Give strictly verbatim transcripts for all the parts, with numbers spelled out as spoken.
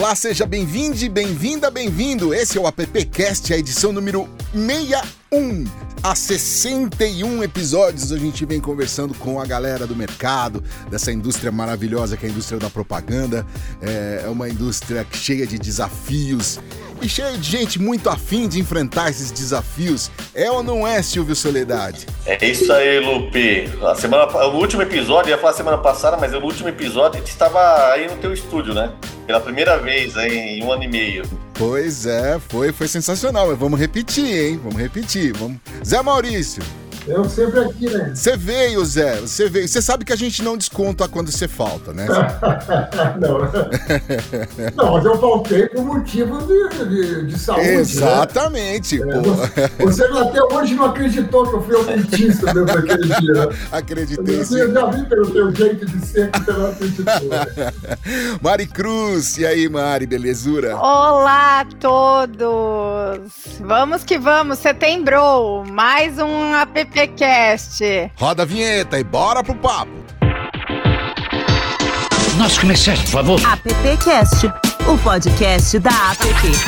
Olá, seja bem-vindo, bem-vinda, bem-vindo. Esse é o AppCast, a edição número sessenta e um. Há sessenta e um episódios a gente vem conversando com a galera do mercado, dessa indústria maravilhosa que é a indústria da propaganda. É uma indústria cheia de desafios e cheia de gente muito afim de enfrentar esses desafios. É ou não é, Silvio Soledade? É isso aí, Lupe. A semana, o último episódio, eu ia falar semana passada, mas no último episódio a gente estava aí no teu estúdio, né? Pela primeira vez aí, em um ano e meio. Pois é, foi, foi sensacional, mas vamos repetir, hein? Vamos repetir. Vamos... Zé Maurício. Eu sempre aqui, né? Você veio, Zé, você veio. Você sabe que a gente não desconta quando você falta, né? não. Não, mas eu faltei por motivo de, de, de saúde. Exatamente. Né? É, você até hoje não acreditou que eu fui autista dentro daquele dia. Né? Acreditei. Eu, eu já vi pelo teu jeito de ser que você não acreditou. Né? Mari Cruz, e aí, Mari, belezura? Olá a todos! Vamos que vamos, setembro, mais um app AppCast. Roda a vinheta e bora pro papo. Nosso comerciante, por favor. AppCast, o podcast da App.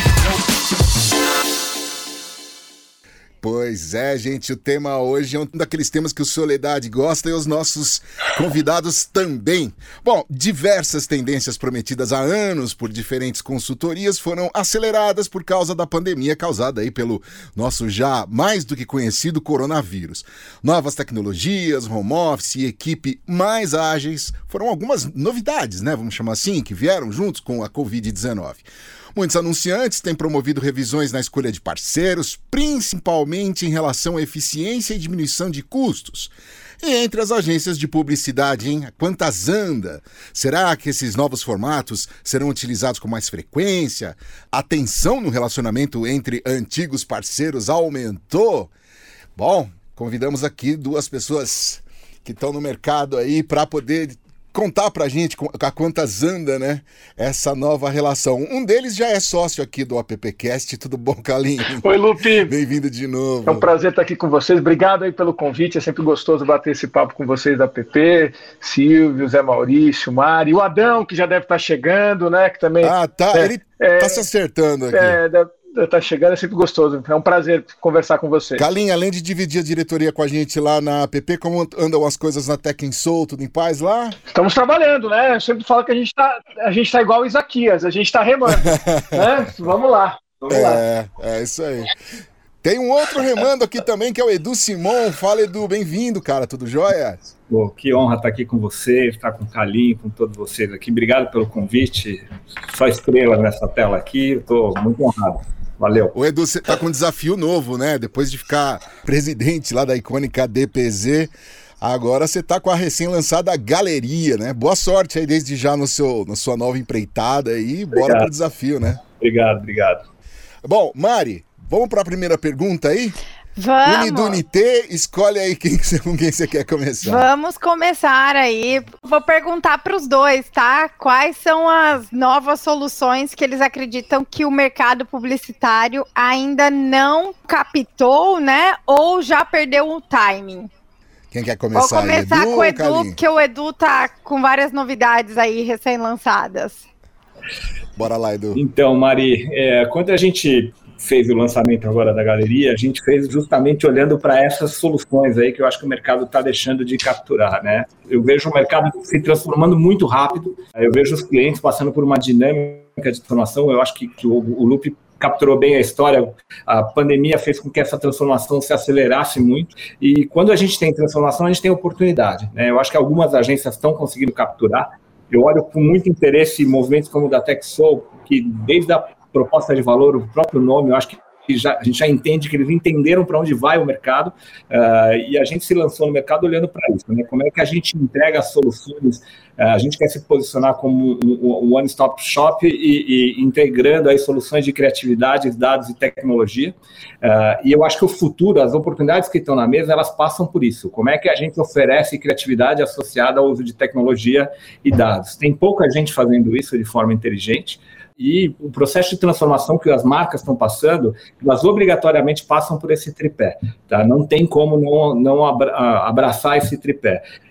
Pois é, gente, o tema hoje é um daqueles temas que o Soledade gosta e os nossos convidados também. Bom, diversas tendências prometidas há anos por diferentes consultorias foram aceleradas por causa da pandemia causada aí pelo nosso já mais do que conhecido coronavírus. Novas tecnologias, home office e equipe mais ágeis foram algumas novidades, né, vamos chamar assim, que vieram juntos com a covid dezenove. Muitos anunciantes têm promovido revisões na escolha de parceiros, principalmente em relação à eficiência e diminuição de custos. E entre as agências de publicidade, hein? Quantas anda? Será que esses novos formatos serão utilizados com mais frequência? A tensão no relacionamento entre antigos parceiros aumentou? Bom, convidamos aqui duas pessoas que estão no mercado aí para poder contar pra gente a quantas anda, né, essa nova relação. Um deles já é sócio aqui do AppCast. Tudo bom, Calinho? Oi, Lupe. Bem-vindo de novo. É um prazer estar aqui com vocês. Obrigado aí pelo convite. É sempre gostoso bater esse papo com vocês da App. Silvio, Zé Maurício, Mari, o Adão, que já deve estar chegando, né, que também... Ah, tá. É, Ele é, tá se acertando aqui. É, deve... Tá chegando, é sempre gostoso. É um prazer conversar com você. Calinha, além de dividir a diretoria com a gente lá na App, como andam as coisas na Tech and Soul, tudo em paz lá? Estamos trabalhando, né? Eu sempre falo que a gente tá, a gente tá igual o Isaquias, a gente tá remando. Né? Vamos lá, vamos é, lá. É, isso aí. Tem um outro remando aqui também, que é o Edu Simon. Fala, Edu, bem-vindo, cara, tudo jóia? Pô, que honra estar aqui com você, estar com o Calinho, com todos vocês aqui. Obrigado pelo convite. Só estrela nessa tela aqui, eu tô muito honrado. Valeu. O Edu, você tá com um desafio novo, né? Depois de ficar presidente lá da icônica D P Z, agora você tá com a recém-lançada Galeria, né? Boa sorte aí desde já no seu, na sua nova empreitada aí. Bora obrigado. Pro desafio, né? Obrigado, obrigado. Bom, Mari, vamos para a primeira pergunta aí? Vamos! Unidunité, escolhe aí quem, com quem você quer começar. Vamos começar aí. Vou perguntar para os dois, tá? Quais são as novas soluções que eles acreditam que o mercado publicitário ainda não captou, né? Ou já perdeu o timing? Quem quer começar? Vou começar Edu, com o Edu, Calinho? porque o Edu tá com várias novidades aí recém-lançadas. Bora lá, Edu. Então, Mari, é, quando a gente fez o lançamento agora da Galeria, a gente fez justamente olhando para essas soluções aí que eu acho que o mercado está deixando de capturar, né? Eu vejo o mercado se transformando muito rápido, eu vejo os clientes passando por uma dinâmica de transformação. Eu acho que, que o, o Lupe capturou bem a história. A pandemia fez com que essa transformação se acelerasse muito, e quando a gente tem transformação, a gente tem oportunidade, né? Eu acho que algumas agências estão conseguindo capturar. Eu olho com muito interesse movimentos como o da TechSoul, que desde a proposta de valor, o próprio nome, eu acho que já, a gente já entende que eles entenderam para onde vai o mercado, uh, e a gente se lançou no mercado olhando para isso, né? Como é que a gente entrega as soluções, uh, a gente quer se posicionar como um, um one-stop shop e, e integrando aí soluções de criatividade, dados e tecnologia, uh, e eu acho que o futuro, as oportunidades que estão na mesa, elas passam por isso. Como é que a gente oferece criatividade associada ao uso de tecnologia e dados? Tem pouca gente fazendo isso de forma inteligente, e o processo de transformação que as marcas estão passando, elas obrigatoriamente passam por esse tripé, tá? Não tem como não, não abra, abraçar esse tripé.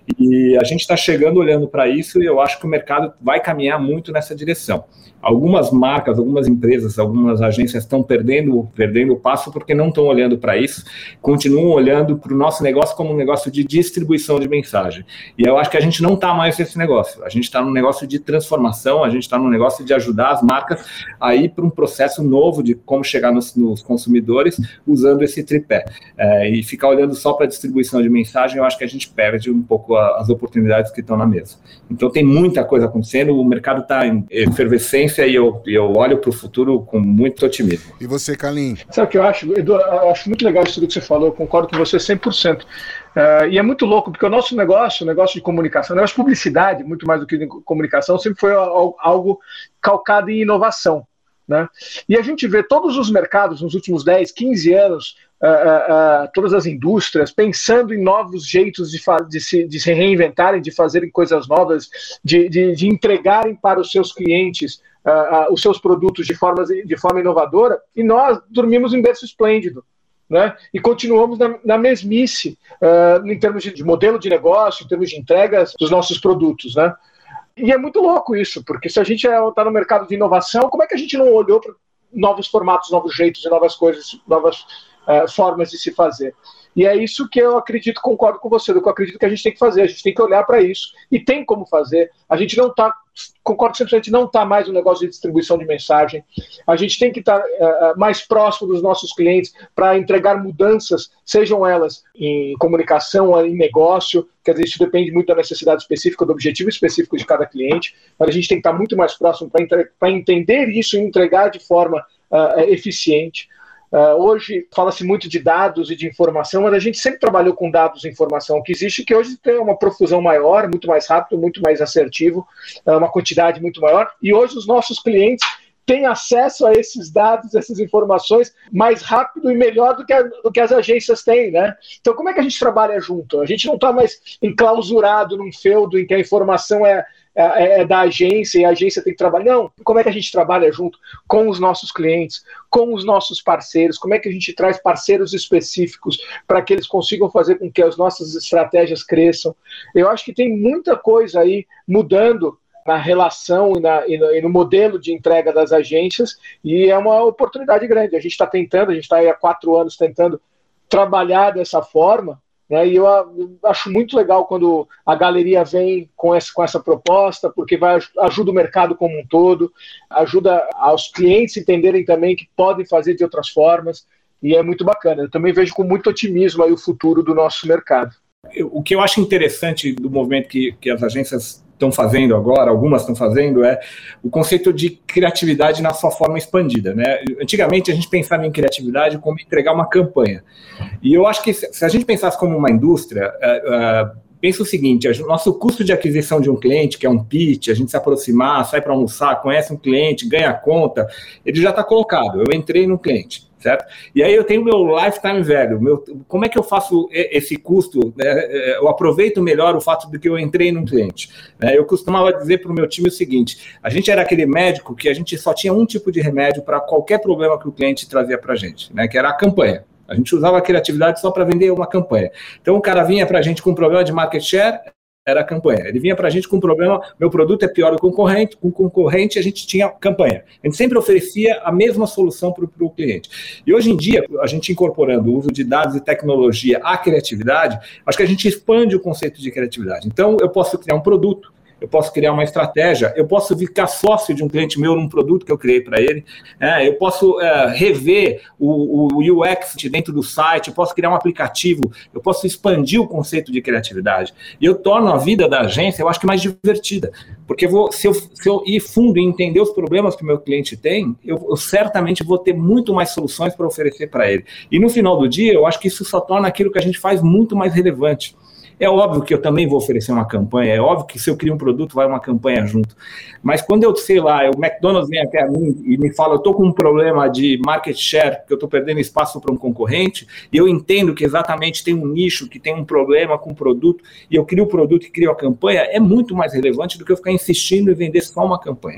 E a gente está chegando olhando para isso e eu acho que o mercado vai caminhar muito nessa direção. Algumas marcas, algumas empresas, algumas agências estão perdendo, perdendo o passo porque não estão olhando para isso, continuam olhando para o nosso negócio como um negócio de distribuição de mensagem. E eu acho que a gente não está mais nesse negócio, a gente está num negócio de transformação, a gente está num negócio de ajudar as marcas a ir para um processo novo de como chegar nos, nos consumidores usando esse tripé. É, e ficar olhando só para a distribuição de mensagem, eu acho que a gente perde um pouco a, as oportunidades que estão na mesa. Então tem muita coisa acontecendo, o mercado está em efervescência e eu, eu olho para o futuro com muito otimismo. E você, Carlinhos? Sabe o que eu acho, Edu? Eu acho muito legal isso tudo que você falou, eu concordo com você cem por cento. Uh, e é muito louco, porque o nosso negócio, o negócio de comunicação, o negócio de publicidade, muito mais do que de comunicação, sempre foi algo calcado em inovação, né? E a gente vê todos os mercados nos últimos dez, quinze anos, uh, uh, uh, todas as indústrias pensando em novos jeitos de, de, se, de se reinventarem, de fazerem coisas novas, de, de, de entregarem para os seus clientes uh, uh, os seus produtos de, formas, de forma inovadora, e nós dormimos em berço esplêndido, né? E continuamos na, na mesmice uh, em termos de, de modelo de negócio, em termos de entregas dos nossos produtos, né? E é muito louco isso, porque se a gente está no mercado de inovação, como é que a gente não olhou para novos formatos, novos jeitos e novas coisas, novas uh, formas de se fazer? E é isso que eu acredito, concordo com você, do que eu acredito que a gente tem que fazer, a gente tem que olhar para isso, e tem como fazer. A gente não está, concordo sempre, a gente não está mais no negócio de distribuição de mensagem, a gente tem que estar tá, uh, mais próximo dos nossos clientes para entregar mudanças, sejam elas em comunicação ou em negócio, quer dizer, isso depende muito da necessidade específica, do objetivo específico de cada cliente, mas a gente tem que estar tá muito mais próximo para entre, para entender isso e entregar de forma uh, eficiente. Uh, hoje fala-se muito de dados e de informação, mas a gente sempre trabalhou com dados e informação. O que existe que hoje tem uma profusão maior, muito mais rápido, muito mais assertivo, uh, uma quantidade muito maior, e hoje os nossos clientes têm acesso a esses dados, essas informações, mais rápido e melhor do que, a, do que as agências têm, né? Então, como é que a gente trabalha junto? A gente não está mais enclausurado num feudo em que a informação é, é, é da agência e a agência tem que trabalhar. Não, como é que a gente trabalha junto com os nossos clientes, com os nossos parceiros? Como é que a gente traz parceiros específicos para que eles consigam fazer com que as nossas estratégias cresçam? Eu acho que tem muita coisa aí mudando na relação e, na, e, no, e no modelo de entrega das agências, e é uma oportunidade grande. A gente está tentando, a gente está aí há quatro anos tentando trabalhar dessa forma, né, e eu, eu acho muito legal quando a galeria vem com essa, com essa proposta, porque vai, ajuda o mercado como um todo, ajuda aos clientes entenderem também que podem fazer de outras formas, e é muito bacana. Eu também vejo com muito otimismo aí o futuro do nosso mercado. O que eu acho interessante do movimento que, que as agências estão fazendo agora, algumas estão fazendo, é o conceito de criatividade na sua forma expandida, né? Antigamente a gente pensava em criatividade como entregar uma campanha, e eu acho que se a gente pensasse como uma indústria, uh, uh, pensa o seguinte: o nosso custo de aquisição de um cliente, que é um pitch, a gente se aproximar, sai para almoçar, conhece um cliente, ganha a conta, ele já está colocado, eu entrei no cliente, certo? E aí eu tenho meu lifetime value, meu, como é que eu faço esse custo, né? Eu aproveito melhor o fato de que eu entrei num cliente, né? Eu costumava dizer para o meu time o seguinte: a gente era aquele médico que a gente só tinha um tipo de remédio para qualquer problema que o cliente trazia para a gente, né? Que era a campanha. A gente usava a criatividade só para vender uma campanha. Então o cara vinha para a gente com um problema de market share, era a campanha. Ele vinha para a gente com um problema, meu produto é pior do que o concorrente, com o concorrente a gente tinha campanha. A gente sempre oferecia a mesma solução para o cliente. E hoje em dia, a gente incorporando o uso de dados e tecnologia à criatividade, acho que a gente expande o conceito de criatividade. Então, eu posso criar um produto, eu posso criar uma estratégia, eu posso ficar sócio de um cliente meu num produto que eu criei para ele, é, eu posso é, rever o, o U X dentro do site, eu posso criar um aplicativo, eu posso expandir o conceito de criatividade. E eu torno a vida da agência, eu acho que mais divertida, porque vou, se, eu, se eu ir fundo e entender os problemas que o meu cliente tem, eu, eu certamente vou ter muito mais soluções para oferecer para ele. E no final do dia, eu acho que isso só torna aquilo que a gente faz muito mais relevante. É óbvio que eu também vou oferecer uma campanha, é óbvio que se eu crio um produto, vai uma campanha junto. Mas quando eu, sei lá, o McDonald's vem até a mim e me fala, eu estou com um problema de market share, porque eu estou perdendo espaço para um concorrente, e eu entendo que exatamente tem um nicho, que tem um problema com o produto, e eu crio o produto e crio a campanha, é muito mais relevante do que eu ficar insistindo em vender só uma campanha.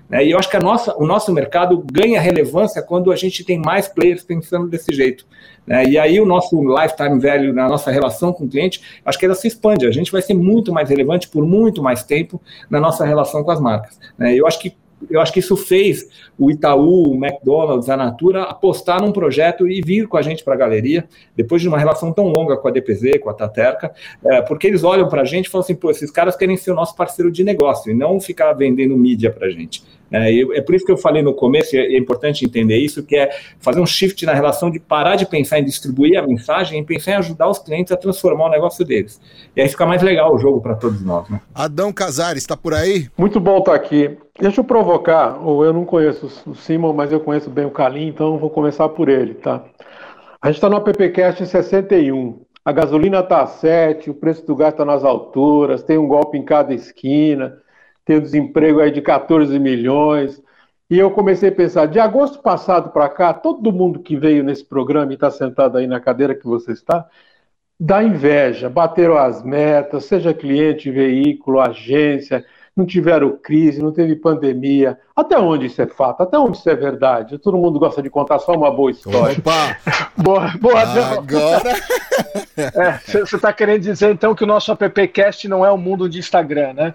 Né? E eu acho que a nossa, o nosso mercado ganha relevância quando a gente tem mais players pensando desse jeito. Né? E aí o nosso lifetime value, na nossa relação com o cliente, acho que ela se expande. A gente vai ser muito mais relevante por muito mais tempo na nossa relação com as marcas. Né? Eu acho que Eu acho que isso fez o Itaú, o McDonald's, a Natura apostar num projeto e vir com a gente para a galeria, depois de uma relação tão longa com a D P Z, com a Taterca, é, porque eles olham para a gente e falam assim, pô, esses caras querem ser o nosso parceiro de negócio e não ficar vendendo mídia para a gente. É, e é por isso que eu falei no começo, e é importante entender isso, que é fazer um shift na relação de parar de pensar em distribuir a mensagem e pensar em ajudar os clientes a transformar o negócio deles. E aí fica mais legal o jogo para todos nós. Né? Adão Casares, está por aí? Muito bom estar aqui. Deixa eu provocar, ou eu não conheço o Simon, mas eu conheço bem o Calim, então eu vou começar por ele, tá? A gente está no AppCast em sessenta e um. A gasolina está a sete, o preço do gás está nas alturas, tem um golpe em cada esquina, tem o desemprego aí de quatorze milhões. E eu comecei a pensar, de agosto passado para cá, todo mundo que veio nesse programa e está sentado aí na cadeira que você está, dá inveja, bateram as metas, seja cliente, veículo, agência, não tiveram crise, não teve pandemia. Até onde isso é fato? Até onde isso é verdade? Todo mundo gosta de contar só uma boa história. Opa! boa, boa. Agora... Você é, está querendo dizer, então, que o nosso AppCast não é o mundo de Instagram, né?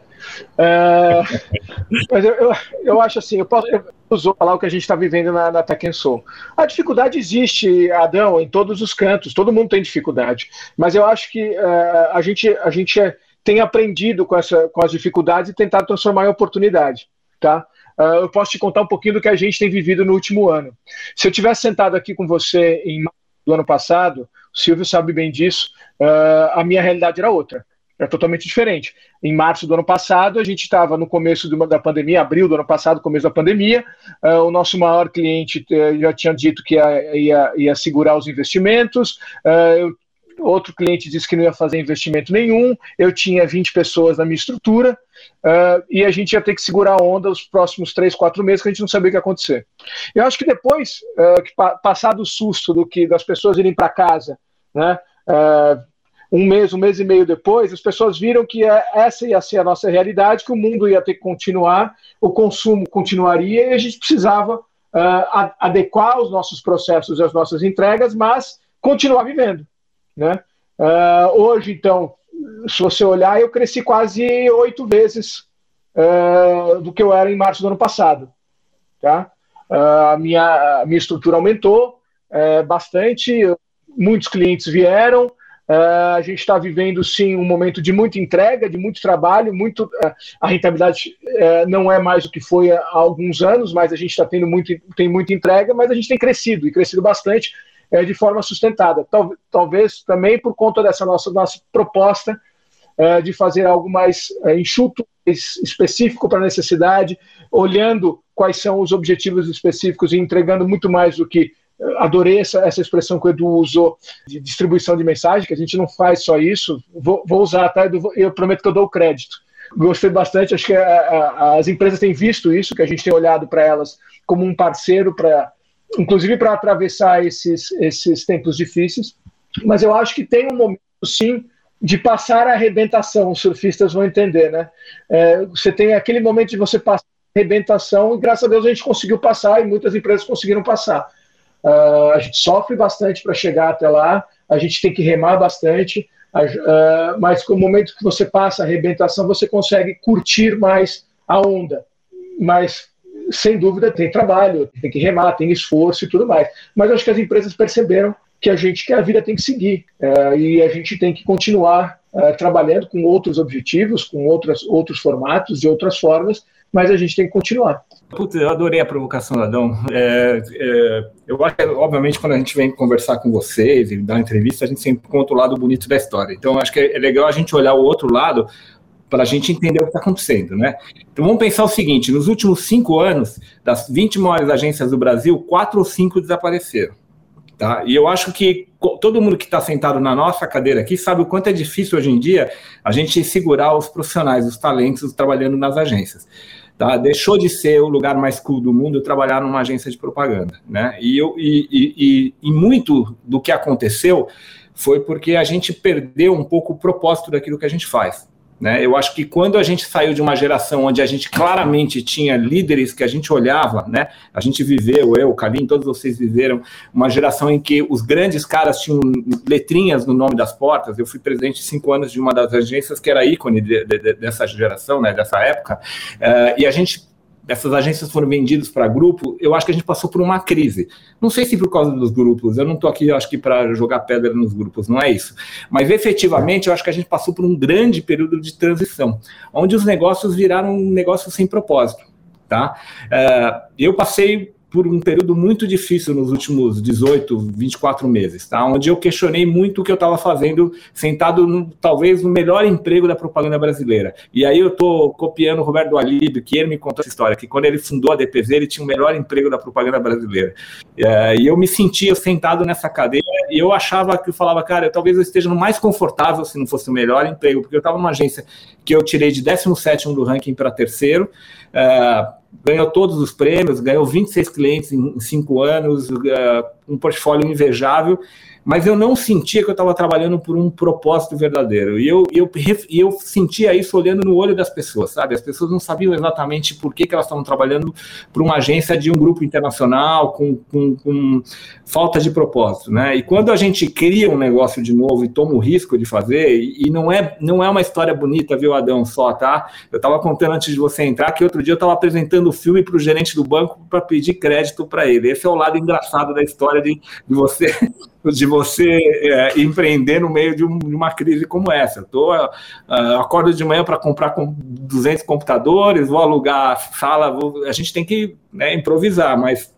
É, mas eu, eu, eu acho assim, eu posso eu uso falar o que a gente está vivendo na, na Tech and Soul. A dificuldade existe, Adão, em todos os cantos. Todo mundo tem dificuldade. Mas eu acho que uh, a gente... A gente é, tem aprendido com, essa, com as dificuldades e tentado transformar em oportunidade, tá? Uh, eu posso te contar um pouquinho do que a gente tem vivido no último ano. Se eu tivesse sentado aqui com você em março do ano passado, o Silvio sabe bem disso, uh, a minha realidade era outra, era totalmente diferente. Em março do ano passado, a gente estava no começo de uma, da pandemia, abril do ano passado, começo da pandemia, uh, o nosso maior cliente uh, já tinha dito que ia, ia, ia segurar os investimentos, uh, eu outro cliente disse que não ia fazer investimento nenhum, eu tinha vinte pessoas na minha estrutura, uh, e a gente ia ter que segurar a onda os próximos três, quatro meses, que a gente não sabia o que ia acontecer. Eu acho que depois, uh, que pa passado o susto do que, das pessoas irem para casa, né, uh, um mês, um mês e meio depois, as pessoas viram que essa ia ser a nossa realidade, que o mundo ia ter que continuar, o consumo continuaria, e a gente precisava uh, adequar os nossos processos e as nossas entregas, mas continuar vivendo. Né? Uh, hoje, então, se você olhar, eu cresci quase oito vezes uh, do que eu era em março do ano passado. Tá? Uh, a, minha, a minha estrutura aumentou uh, bastante, muitos clientes vieram, uh, a gente está vivendo, sim, um momento de muita entrega, de muito trabalho, muito, uh, a rentabilidade uh, não é mais o que foi há alguns anos, mas a gente está tendo muito, tem muita entrega, mas a gente tem crescido, e crescido bastante, de forma sustentada, Tal, talvez também por conta dessa nossa, nossa proposta uh, de fazer algo mais uh, enxuto, específico para a necessidade, olhando quais são os objetivos específicos e entregando muito mais do que, uh, adorei essa, essa expressão que o Edu usou, de distribuição de mensagem, que a gente não faz só isso, vou, vou usar, tá, Edu? Eu prometo que eu dou o crédito. Gostei bastante, acho que a, a, as empresas têm visto isso, que a gente tem olhado para elas como um parceiro para inclusive para atravessar esses, esses tempos difíceis, mas eu acho que tem um momento, sim, de passar a arrebentação, os surfistas vão entender, né? É, você tem aquele momento de você passar a arrebentação, e graças a Deus a gente conseguiu passar, e muitas empresas conseguiram passar. Uh, a gente sofre bastante para chegar até lá, a gente tem que remar bastante, uh, mas com o momento que você passa a arrebentação, você consegue curtir mais a onda, mas sem dúvida tem trabalho, tem que remar, tem esforço e tudo mais. Mas eu acho que as empresas perceberam que a gente, que a vida tem que seguir, uh, e a gente tem que continuar uh, trabalhando com outros objetivos, com outras, outros formatos, de outras formas, mas a gente tem que continuar. Putz, eu adorei a provocação, Adão. É, é, eu acho que, obviamente, quando a gente vem conversar com vocês e dar uma entrevista, a gente sempre conta o lado bonito da história. Então, acho que é legal a gente olhar o outro lado para a gente entender o que está acontecendo, né? Então vamos pensar o seguinte, nos últimos cinco anos, das vinte maiores agências do Brasil, quatro ou cinco desapareceram, tá? E eu acho que todo mundo que está sentado na nossa cadeira aqui sabe o quanto é difícil hoje em dia a gente segurar os profissionais, os talentos trabalhando nas agências. Tá? Deixou de ser o lugar mais cool do mundo trabalhar numa agência de propaganda, né? E, eu, e, e, e muito do que aconteceu foi porque a gente perdeu um pouco o propósito daquilo que a gente faz. né? Eu acho que quando a gente saiu de uma geração onde a gente claramente tinha líderes que a gente olhava, né? A gente viveu, eu, o Kalim, todos vocês viveram uma geração em que os grandes caras tinham letrinhas no nome das portas. Eu fui presidente cinco anos de uma das agências que era ícone de, de, de, dessa geração, né? Dessa época, uh, e a gente... essas agências foram vendidas para grupo, eu acho que a gente passou por uma crise. Não sei se por causa dos grupos, eu não estou aqui, acho que para jogar pedra nos grupos, não é isso. Mas, efetivamente, eu acho que a gente passou por um grande período de transição, onde os negócios viraram um negócio sem propósito, tá? Uh, eu passei por um período muito difícil nos últimos dezoito, vinte e quatro meses, tá? Onde eu questionei muito o que eu estava fazendo, sentado no, talvez no melhor emprego da propaganda brasileira. E aí eu estou copiando o Roberto Alib, que ele me contou essa história, que quando ele fundou a D P Z, ele tinha o melhor emprego da propaganda brasileira. É, e eu me sentia sentado nessa cadeira e eu achava que eu falava, cara, eu, talvez eu esteja no mais confortável se não fosse o melhor emprego, porque eu estava numa agência que eu tirei de décimo sétimo do ranking para terceiro, é, ganhou todos os prêmios, ganhou vinte e seis clientes em cinco anos, uh, um portfólio invejável, mas eu não sentia que eu estava trabalhando por um propósito verdadeiro. E eu, eu, eu sentia isso olhando no olho das pessoas, sabe? As pessoas não sabiam exatamente por que, que elas estavam trabalhando por uma agência de um grupo internacional com, com, com falta de propósito, né? E quando a gente cria um negócio de novo e toma o risco de fazer, e, e não, é, não é uma história bonita, viu, Adão, só, tá? Eu estava contando antes de você entrar que outro dia eu estava apresentando o filme para o gerente do banco para pedir crédito para ele. Esse é o lado engraçado da história de, de você... de você é, empreender no meio de, um, de uma crise como essa. Eu tô, uh, acordo de manhã para comprar com duzentos computadores, vou alugar sala, vou, a gente tem que, né, improvisar, mas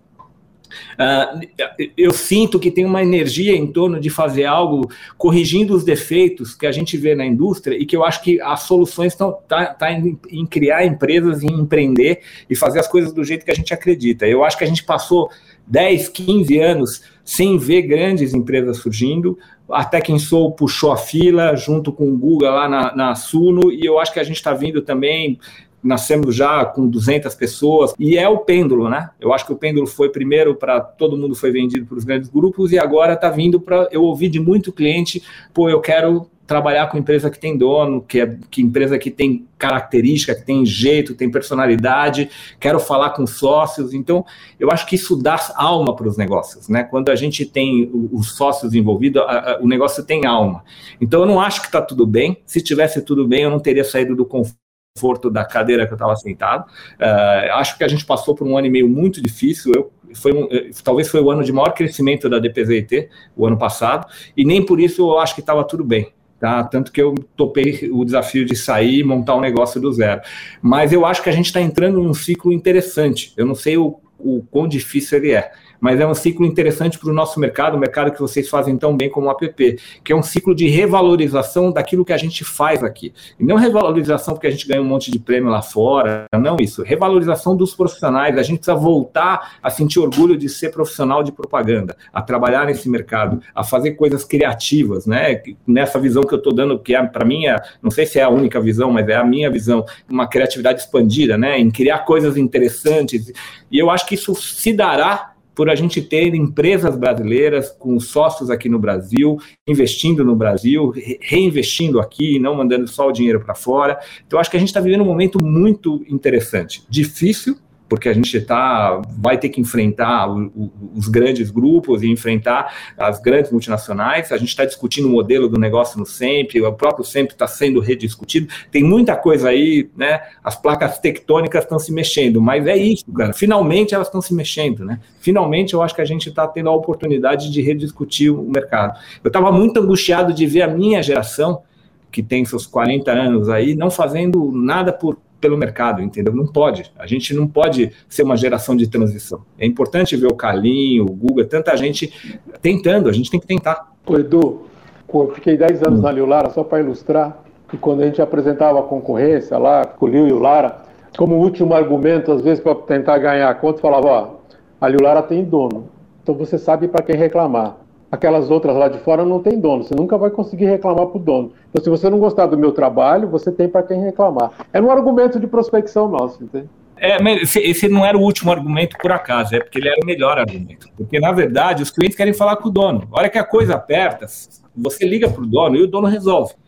uh, eu sinto que tem uma energia em torno de fazer algo corrigindo os defeitos que a gente vê na indústria e que eu acho que as soluções estão tá, tá em, em criar empresas, em empreender e fazer as coisas do jeito que a gente acredita. Eu acho que a gente passou dez, quinze anos sem ver grandes empresas surgindo, até quem sou puxou a fila junto com o Guga lá na, na Suno, e eu acho que a gente está vindo também, nascemos já com duzentas pessoas, e é o pêndulo, né? Eu acho que o pêndulo foi primeiro para todo mundo foi vendido para os grandes grupos, e agora está vindo para, eu ouvi de muito cliente, pô, eu quero trabalhar com empresa que tem dono, que é que empresa que tem característica, que tem jeito, tem personalidade, quero falar com sócios. Então, eu acho que isso dá alma para os negócios, né? Quando a gente tem os sócios envolvidos, a, a, o negócio tem alma. Então, eu não acho que está tudo bem. Se tivesse tudo bem, eu não teria saído do conforto da cadeira que eu estava sentado. Uh, acho que a gente passou por um ano e meio muito difícil. Eu Foi um, talvez foi o ano de maior crescimento da D P Z I T, o ano passado, e nem por isso eu acho que estava tudo bem. Tá? Tanto que eu topei o desafio de sair e montar um negócio do zero. Mas eu acho que a gente está entrando num ciclo interessante. Eu não sei o, o quão difícil ele é, mas é um ciclo interessante para o nosso mercado, o mercado que vocês fazem tão bem como o app, que é um ciclo de revalorização daquilo que a gente faz aqui. E não revalorização porque a gente ganha um monte de prêmio lá fora, não isso. Revalorização dos profissionais. A gente precisa voltar a sentir orgulho de ser profissional de propaganda, a trabalhar nesse mercado, a fazer coisas criativas, né? Nessa visão que eu estou dando, que é, para mim, é, não sei se é a única visão, mas é a minha visão, uma criatividade expandida, né? Em criar coisas interessantes. E eu acho que isso se dará por a gente ter empresas brasileiras com sócios aqui no Brasil, investindo no Brasil, reinvestindo aqui, não mandando só o dinheiro para fora. Então, acho que a gente está vivendo um momento muito interessante. Difícil, porque a gente tá, vai ter que enfrentar o, o, os grandes grupos e enfrentar as grandes multinacionais. A gente está discutindo o modelo do negócio no Sempre, o próprio Sempre está sendo rediscutido. Tem muita coisa aí, né? As placas tectônicas estão se mexendo, mas é isso, cara. Finalmente elas estão se mexendo, né? Finalmente eu acho que a gente está tendo a oportunidade de rediscutir o mercado. Eu estava muito angustiado de ver a minha geração, que tem seus quarenta anos aí, não fazendo nada por pelo mercado, entendeu? Não pode. A gente não pode ser uma geração de transição. É importante ver o Kalim, o Guga, tanta gente tentando, a gente tem que tentar. Ô Edu, eu fiquei dez anos hum. na Liu Lara, só para ilustrar, que quando a gente apresentava a concorrência lá, com o Liu e o Lara, como último argumento, às vezes, para tentar ganhar a conta, falava, ó, a Liu Lara tem dono, então você sabe para quem reclamar. Aquelas outras lá de fora não tem dono, você nunca vai conseguir reclamar para o dono. Então, se você não gostar do meu trabalho, você tem para quem reclamar. É um argumento de prospecção nosso, entende? É, mas esse, esse não era o último argumento por acaso, é porque ele era o melhor argumento. Porque, na verdade, os clientes querem falar com o dono. A hora que a coisa aperta, você liga para o dono e o dono resolve.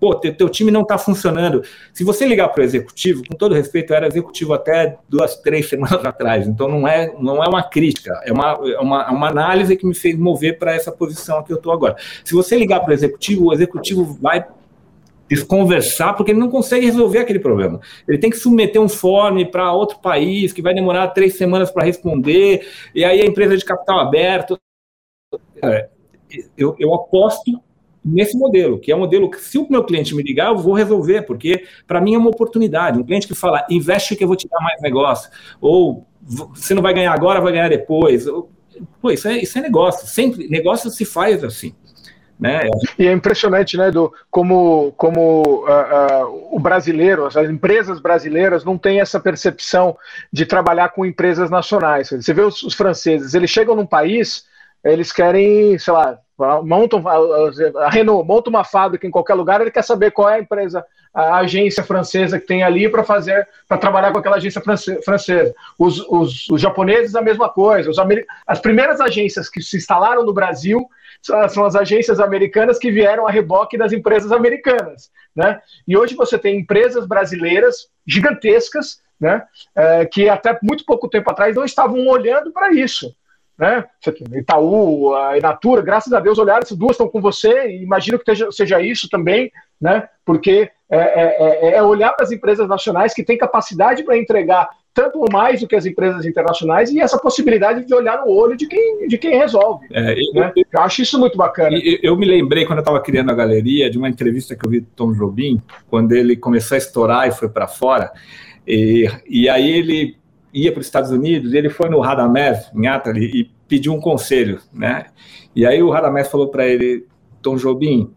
pô, teu, teu time não está funcionando. Se você ligar para o executivo, com todo respeito, eu era executivo até duas, três semanas atrás, então não é, não é uma crítica, é uma, é uma, é uma análise que me fez mover para essa posição que eu estou agora. Se você ligar para o executivo, o executivo vai desconversar, porque ele não consegue resolver aquele problema. Ele tem que submeter um form para outro país, que vai demorar três semanas para responder, e aí a empresa de capital aberto. É, eu, eu aposto nesse modelo, que é um modelo que, se o meu cliente me ligar, eu vou resolver, porque para mim é uma oportunidade. Um cliente que fala, investe que eu vou te dar mais negócio, ou você não vai ganhar agora, vai ganhar depois. Pô, isso é, isso é negócio. Sempre, negócio se faz assim. Né? E é impressionante, né, do, como, como uh, uh, o brasileiro, as empresas brasileiras não têm essa percepção de trabalhar com empresas nacionais. Você vê os, os franceses, eles chegam num país, eles querem, sei lá, montam, a Renault monta uma fábrica em qualquer lugar, ele quer saber qual é a empresa, a agência francesa que tem ali para fazer, para trabalhar com aquela agência francesa. Os, os, os japoneses, a mesma coisa. Os amer... As primeiras agências que se instalaram no Brasil são as agências americanas que vieram a reboque das empresas americanas, né? E hoje você tem empresas brasileiras gigantescas, né, é, que até muito pouco tempo atrás não estavam olhando para isso, né? Itaú, a Inatura, graças a Deus olharam, essas duas estão com você, e imagino que seja, seja isso também, né? Porque é, é, é olhar para as empresas nacionais que têm capacidade para entregar tanto ou mais do que as empresas internacionais, e essa possibilidade de olhar no olho de quem, de quem resolve. É, eu, né? eu acho isso muito bacana. Eu, eu me lembrei, quando eu estava criando a galeria, de uma entrevista que eu vi do Tom Jobim, quando ele começou a estourar e foi para fora, e, e aí ele ia para os Estados Unidos, e ele foi no Radamés, em Atali, e pediu um conselho, né? E aí o Radamés falou para ele, Tom Jobim,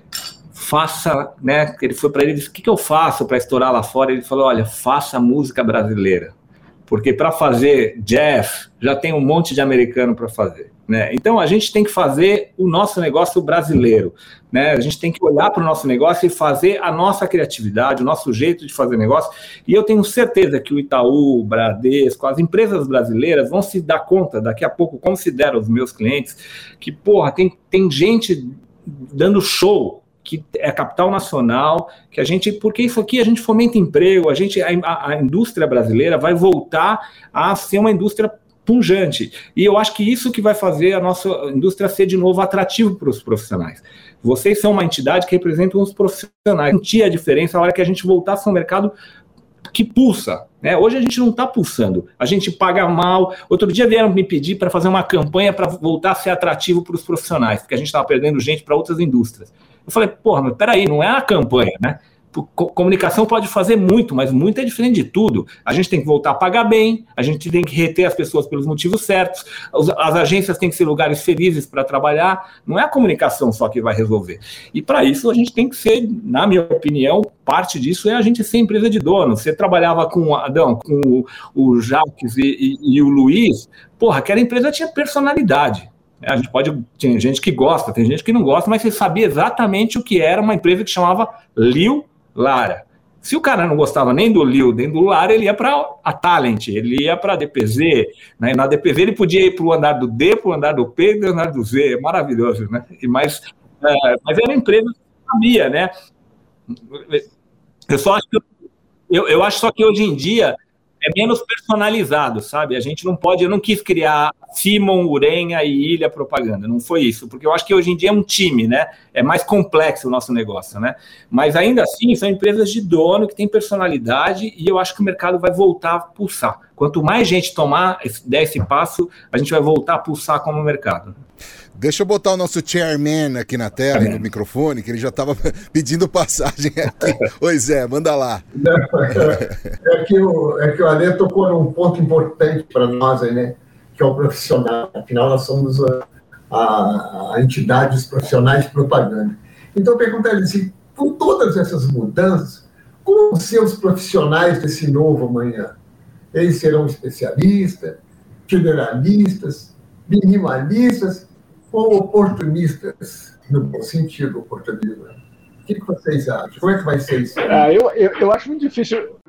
faça, né? Ele foi para ele e disse, o que, que eu faço para estourar lá fora? Ele falou, olha, faça música brasileira, porque para fazer jazz já tem um monte de americano para fazer, né? Então a gente tem que fazer o nosso negócio brasileiro, né? A gente tem que olhar para o nosso negócio e fazer a nossa criatividade, o nosso jeito de fazer negócio. E eu tenho certeza que o Itaú, o Bradesco, as empresas brasileiras vão se dar conta daqui a pouco, como se deram os meus clientes, que porra, tem, tem gente dando show, que é capital nacional, que a gente, porque isso aqui a gente fomenta emprego, a gente, a, a indústria brasileira vai voltar a ser uma indústria pujante, e eu acho que isso que vai fazer a nossa indústria ser de novo atrativo para os profissionais. Vocês são uma entidade que representa os profissionais, sentir a diferença na hora que a gente voltar a ser um mercado que pulsa, né? Hoje a gente não está pulsando, a gente paga mal. Outro dia vieram me pedir para fazer uma campanha para voltar a ser atrativo para os profissionais, porque a gente estava perdendo gente para outras indústrias. Eu falei, porra, mas peraí, não é a campanha, né? Comunicação pode fazer muito, mas muito é diferente de tudo. A gente tem que voltar a pagar bem, a gente tem que reter as pessoas pelos motivos certos, as agências têm que ser lugares felizes para trabalhar, não é a comunicação só que vai resolver. E para isso a gente tem que ser, na minha opinião, parte disso é a gente ser empresa de dono. Você trabalhava com, Adão, com o Jacques e, e, e o Luiz, porra, aquela empresa tinha personalidade. A gente pode, tem gente que gosta, tem gente que não gosta, mas você sabia exatamente o que era uma empresa que chamava Liu Lara. Se o cara não gostava nem do Liu, nem do Lara, ele ia para a Talent, ele ia para a D P Z, né? Na D P Z ele podia ir para o andar do D, para o andar do P e para o andar do Z, é maravilhoso, né? E mais, é, mas era uma empresa que sabia, né? Eu só acho que eu, eu acho só que hoje em dia é menos personalizado, sabe? A gente não pode, eu não quis criar Simon, Urenha e Ilha Propaganda, não foi isso, porque eu acho que hoje em dia é um time, né? É mais complexo o nosso negócio, né? Mas ainda assim, são empresas de dono que têm personalidade e eu acho que o mercado vai voltar a pulsar. Quanto mais gente tomar, der esse passo, a gente vai voltar a pulsar como mercado. Deixa eu botar o nosso chairman aqui na tela, no microfone, que ele já estava pedindo passagem aqui. Oi, Zé, manda lá. Não, é, é, que o, é que o Ale tocou num ponto importante para nós aí, né? Que é o profissional. Afinal, nós somos a, a, a entidade dos profissionais de propaganda. Então, eu perguntaria assim, com todas essas mudanças, como vão ser os profissionais desse novo amanhã? Eles serão especialistas, generalistas, minimalistas, ou oportunistas, no bom sentido, oportunismo? O que, que vocês acham? Como é que vai ser isso? Ah, eu, eu, eu acho muito difícil.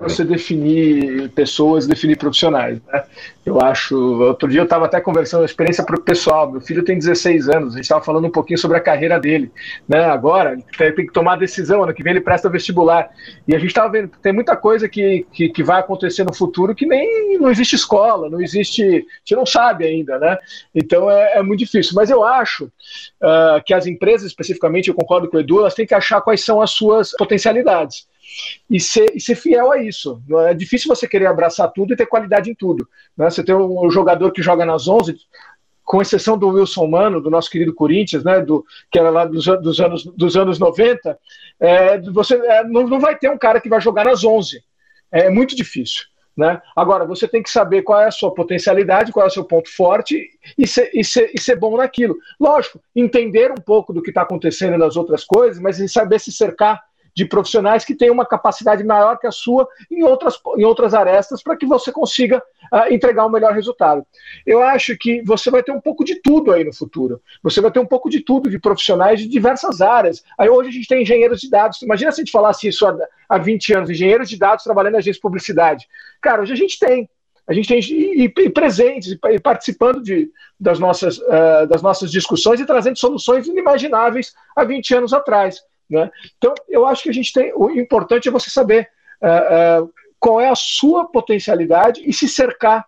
você definir pessoas, definir profissionais, né? Eu acho, outro dia eu estava até conversando uma experiência para o pessoal, meu filho tem dezesseis anos, a gente estava falando um pouquinho sobre a carreira dele, né? Agora, ele tem que tomar a decisão, ano que vem ele presta vestibular, e a gente estava vendo, tem muita coisa que, que, que vai acontecer no futuro que nem, não existe escola, não existe, a gente não sabe ainda, né? Então é, é muito difícil, mas eu acho uh, que as empresas, especificamente, eu concordo com o Edu, elas têm que achar quais são as suas potencialidades. E ser, e ser fiel a isso. É difícil você querer abraçar tudo e ter qualidade em tudo, né? Você tem um jogador que joga nas onze, com exceção do Wilson Mano, do nosso querido Corinthians, né, do, que era lá dos, dos, anos, dos anos noventa, é, você é, não, não vai ter um cara que vai jogar nas onze. É muito difícil, né? Agora, você tem que saber qual é a sua potencialidade, qual é o seu ponto forte e ser, e ser, e ser bom naquilo. Lógico, entender um pouco do que está acontecendo nas outras coisas, mas saber se cercar de profissionais que têm uma capacidade maior que a sua em outras, em outras arestas para que você consiga uh, entregar o um melhor resultado. Eu acho que você vai ter um pouco de tudo aí no futuro. Você vai ter um pouco de tudo de profissionais de diversas áreas. Aí hoje a gente tem engenheiros de dados. Imagina se a gente falasse isso há, há vinte anos, engenheiros de dados trabalhando em agência de publicidade. Cara, hoje a gente tem. A gente tem e, e presentes e participando de, das, nossas, uh, das nossas discussões e trazendo soluções inimagináveis há vinte anos atrás. Né? Então, eu acho que a gente tem. O importante é você saber uh, uh, qual é a sua potencialidade e se cercar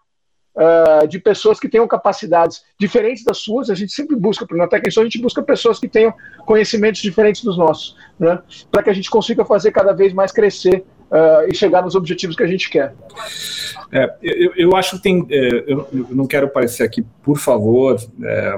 uh, de pessoas que tenham capacidades diferentes das suas. A gente sempre busca, na Tecnição, a gente busca pessoas que tenham conhecimentos diferentes dos nossos, né? Para que a gente consiga fazer cada vez mais crescer uh, e chegar nos objetivos que a gente quer. É, eu, eu acho que tem. Eu, eu não quero parecer aqui, por favor. É,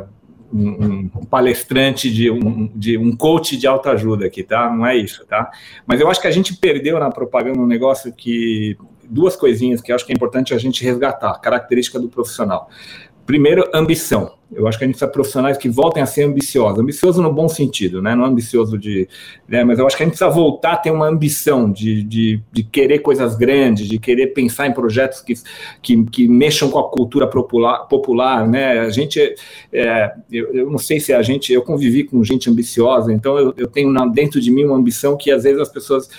Um, um palestrante, de um, de um coach de autoajuda aqui, tá? Não é isso, tá? Mas eu acho que a gente perdeu na propaganda um negócio que... Duas coisinhas que eu acho que é importante a gente resgatar. Característica do profissional. Primeiro, ambição. Eu acho que a gente precisa de profissionais que voltem a ser ambiciosos. Ambicioso no bom sentido, né? Não ambicioso de... Né? Mas eu acho que a gente precisa voltar a ter uma ambição de, de, de querer coisas grandes, de querer pensar em projetos que, que, que mexam com a cultura popular, popular, né? A gente... É, eu, eu não sei se a gente... Eu convivi com gente ambiciosa, então eu, eu tenho dentro de mim uma ambição que às vezes as pessoas...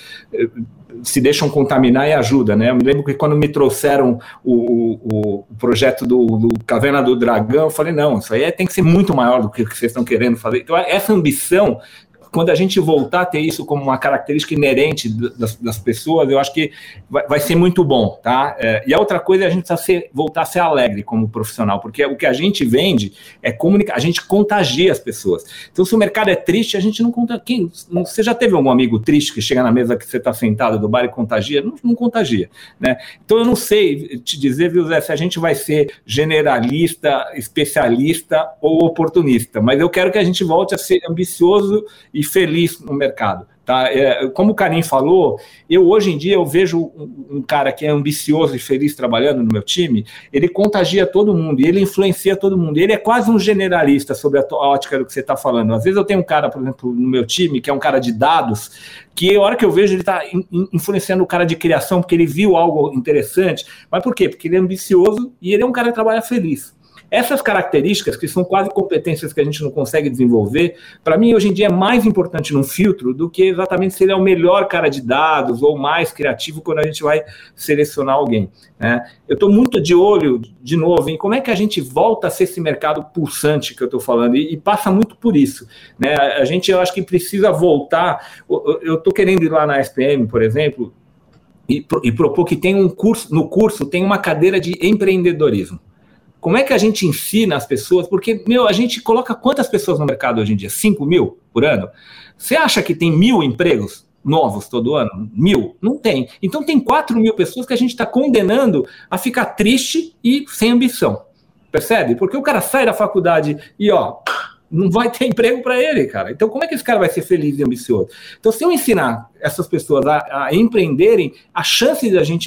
se deixam contaminar e ajuda, né? Eu me lembro que quando me trouxeram o, o, o projeto do, do Caverna do Dragão, eu falei, não, isso aí tem que ser muito maior do que vocês estão querendo fazer. Então, essa ambição, quando a gente voltar a ter isso como uma característica inerente das, das pessoas, eu acho que vai, vai ser muito bom, tá? É, e a outra coisa é a gente precisa ser, voltar a ser alegre como profissional, porque o que a gente vende é comunicar, a gente contagia as pessoas. Então, se o mercado é triste, a gente não contagia. Quem, você já teve algum amigo triste que chega na mesa que você está sentado do bar e contagia? Não, não contagia, né? Então, eu não sei te dizer, viu, Zé, se a gente vai ser generalista, especialista ou oportunista, mas eu quero que a gente volte a ser ambicioso e feliz no mercado, tá? É, como o Karim falou, eu hoje em dia eu vejo um, um cara que é ambicioso e feliz trabalhando no meu time, ele contagia todo mundo, e ele influencia todo mundo, ele é quase um generalista sobre a, a ótica do que você está falando. Às vezes eu tenho um cara, por exemplo, no meu time, que é um cara de dados, que a hora que eu vejo ele está in, influenciando o cara de criação, porque ele viu algo interessante, mas por quê? Porque ele é ambicioso e ele é um cara que trabalha feliz. Essas características, que são quase competências que a gente não consegue desenvolver, para mim, hoje em dia, é mais importante num filtro do que exatamente se ele é o melhor cara de dados ou mais criativo quando a gente vai selecionar alguém, né? Eu estou muito de olho, de novo, em como é que a gente volta a ser esse mercado pulsante que eu estou falando, e, e passa muito por isso, né? A gente, eu acho que precisa voltar. Eu estou querendo ir lá na S P M, por exemplo, e, e propor que tem um curso, no curso tem uma cadeira de empreendedorismo. Como é que a gente ensina as pessoas? Porque, meu, a gente coloca quantas pessoas no mercado hoje em dia? cinco mil por ano? Você acha que tem mil empregos novos todo ano? Mil? Não tem. Então tem quatro mil pessoas que a gente está condenando a ficar triste e sem ambição. Percebe? Porque o cara sai da faculdade e, ó, não vai ter emprego para ele, cara. Então como é que esse cara vai ser feliz e ambicioso? Então se eu ensinar essas pessoas a, a empreenderem, a chance de a gente ver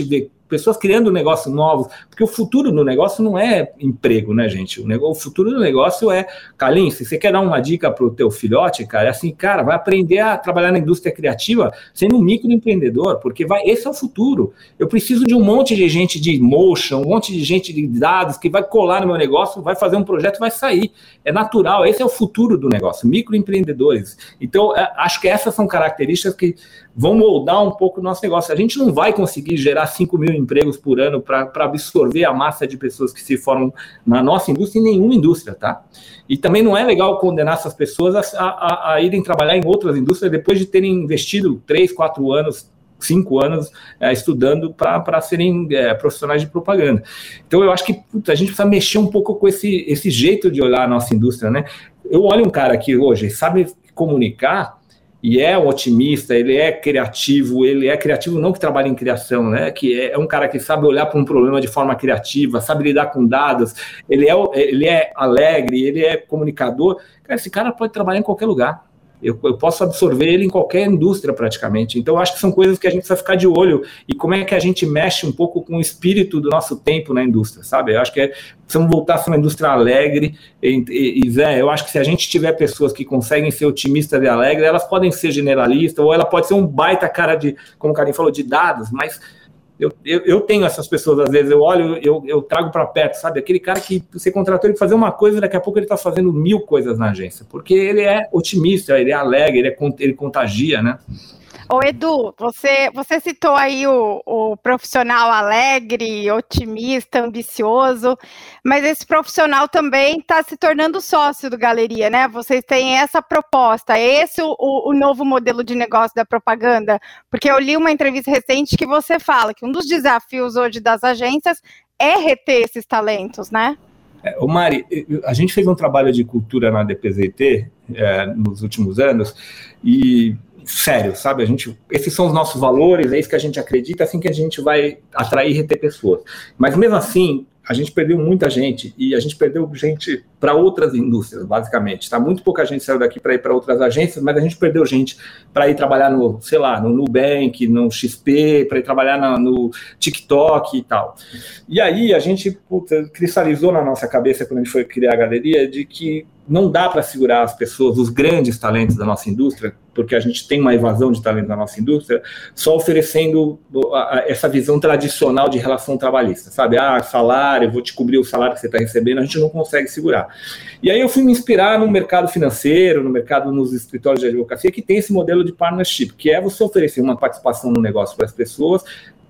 pessoas criando negócios novos, porque o futuro do negócio não é emprego, né, gente? O, negócio, o futuro do negócio é, Carlin, se você quer dar uma dica para o teu filhote, cara, é assim, cara, vai aprender a trabalhar na indústria criativa sendo um microempreendedor, porque vai, esse é o futuro. Eu preciso de um monte de gente de motion, um monte de gente de dados que vai colar no meu negócio, vai fazer um projeto e vai sair. É natural, esse é o futuro do negócio, microempreendedores. Então, acho que essas são características que vão moldar um pouco o nosso negócio. A gente não vai conseguir gerar cinco mil empregos por ano para absorver a massa de pessoas que se formam na nossa indústria e nenhuma indústria, tá? E também não é legal condenar essas pessoas a, a, a irem trabalhar em outras indústrias depois de terem investido três, quatro anos, cinco anos é, estudando para serem é, profissionais de propaganda. Então eu acho que puta, a gente precisa mexer um pouco com esse, esse jeito de olhar a nossa indústria, né? Eu olho um cara que hoje sabe comunicar e é um otimista, ele é criativo, ele é criativo não que trabalha em criação, né? Que é, é um cara que sabe olhar para um problema de forma criativa, sabe lidar com dados, ele é, ele é alegre, ele é comunicador. Cara, esse cara pode trabalhar em qualquer lugar. Eu, eu posso absorver ele em qualquer indústria praticamente. Então, eu acho que são coisas que a gente precisa ficar de olho e como é que a gente mexe um pouco com o espírito do nosso tempo na indústria, sabe? Eu acho que é, precisamos voltar a ser uma indústria alegre e, e, e, Zé, eu acho que se a gente tiver pessoas que conseguem ser otimistas e alegres, elas podem ser generalistas ou ela pode ser um baita cara de, como o Carlin falou, de dados, mas... Eu, eu, eu tenho essas pessoas, às vezes, eu olho, eu, eu trago para perto, sabe? Aquele cara que você contratou ele para fazer uma coisa, daqui a pouco ele está fazendo mil coisas na agência, porque ele é otimista, ele é alegre, ele, é, ele contagia, né? Ô Edu, você, você citou aí o, o profissional alegre, otimista, ambicioso, mas esse profissional também está se tornando sócio do Galeria, né? Vocês têm essa proposta, é esse o, o novo modelo de negócio da propaganda? Porque eu li uma entrevista recente que você fala que um dos desafios hoje das agências é reter esses talentos, né? É, ô Mari, a gente fez um trabalho de cultura na D P Z T é, nos últimos anos e... sério, sabe? A gente, esses são os nossos valores, é isso que a gente acredita, é assim que a gente vai atrair e reter pessoas. Mas mesmo assim, a gente perdeu muita gente e a gente perdeu gente para outras indústrias, basicamente. Tá? Muito pouca gente saiu daqui para ir para outras agências, mas a gente perdeu gente para ir trabalhar no, sei lá, no Nubank, no X P, para ir trabalhar na, no TikTok e tal. E aí a gente puta, cristalizou na nossa cabeça, quando a gente foi criar a galeria, de que não dá para segurar as pessoas, os grandes talentos da nossa indústria, porque a gente tem uma evasão de talento na nossa indústria, só oferecendo essa visão tradicional de relação trabalhista, sabe? Ah, salário, vou te cobrir o salário que você está recebendo, a gente não consegue segurar. E aí eu fui me inspirar no mercado financeiro, no mercado nos escritórios de advocacia, que tem esse modelo de partnership, que é você oferecer uma participação no negócio para as pessoas,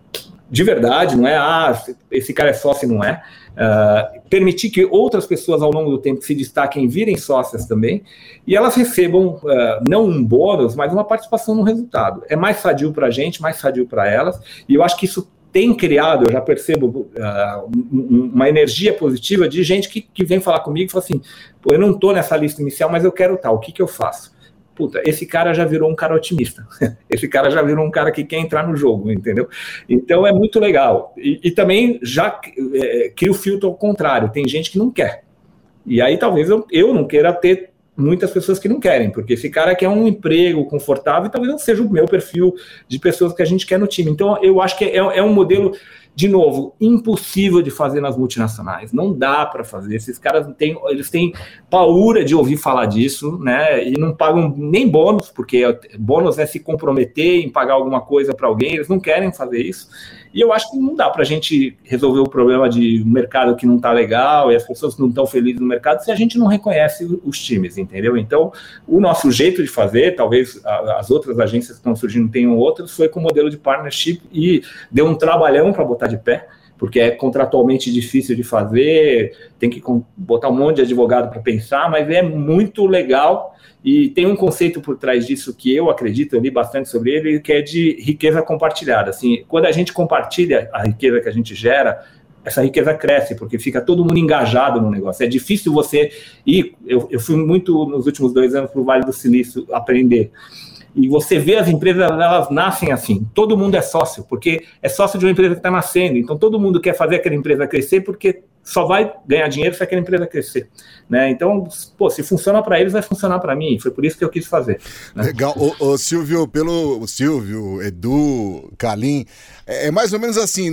de verdade, não é, ah, esse cara é sócio, não é. Uh, permitir que outras pessoas ao longo do tempo se destaquem, virem sócias também, e elas recebam uh, não um bônus, mas uma participação no resultado. É mais sadio para a gente, mais sadio para elas, e eu acho que isso tem criado, eu já percebo uh, uma energia positiva de gente que, que vem falar comigo e fala assim, pô, eu não estou nessa lista inicial, mas eu quero tal, o que, que eu faço? Puta, esse cara já virou um cara otimista, esse cara já virou um cara que quer entrar no jogo, entendeu? Então é muito legal, e, e também já é, cria o filtro ao contrário, tem gente que não quer, e aí talvez eu, eu não queira ter muitas pessoas que não querem, porque esse cara quer um emprego confortável e talvez não seja o meu perfil de pessoas que a gente quer no time, então eu acho que é, é um modelo, de novo, impossível de fazer nas multinacionais, não dá para fazer, esses caras têm, eles têm paura de ouvir falar disso, né, e não pagam nem bônus, porque bônus é se comprometer em pagar alguma coisa para alguém, eles não querem fazer isso, e eu acho que não dá para a gente resolver o problema de um mercado que não está legal e as pessoas não estão felizes no mercado se a gente não reconhece os times, entendeu? Então, o nosso jeito de fazer, talvez as outras agências que estão surgindo tenham outras, foi com o modelo de partnership e deu um trabalhão para botar de pé, porque é contratualmente difícil de fazer, tem que botar um monte de advogado para pensar, mas é muito legal e tem um conceito por trás disso que eu acredito, eu li bastante sobre ele, que é de riqueza compartilhada. Assim, quando a gente compartilha a riqueza que a gente gera, essa riqueza cresce, porque fica todo mundo engajado no negócio. É difícil você ir, eu, eu fui muito nos últimos dois anos para o Vale do Silício aprender, e você vê as empresas, elas nascem assim, todo mundo é sócio, porque é sócio de uma empresa que está nascendo, então todo mundo quer fazer aquela empresa crescer, porque só vai ganhar dinheiro se aquela empresa crescer, né? Então, pô, se funciona para eles, vai funcionar para mim, foi por isso que eu quis fazer, né? Legal, o, o Silvio, pelo o Silvio, Edu, Carlin, é, é mais ou menos assim, né?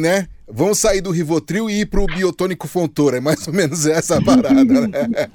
Vamos sair do Rivotril e ir pro biotônico Fontoura. É mais ou menos essa a parada, né?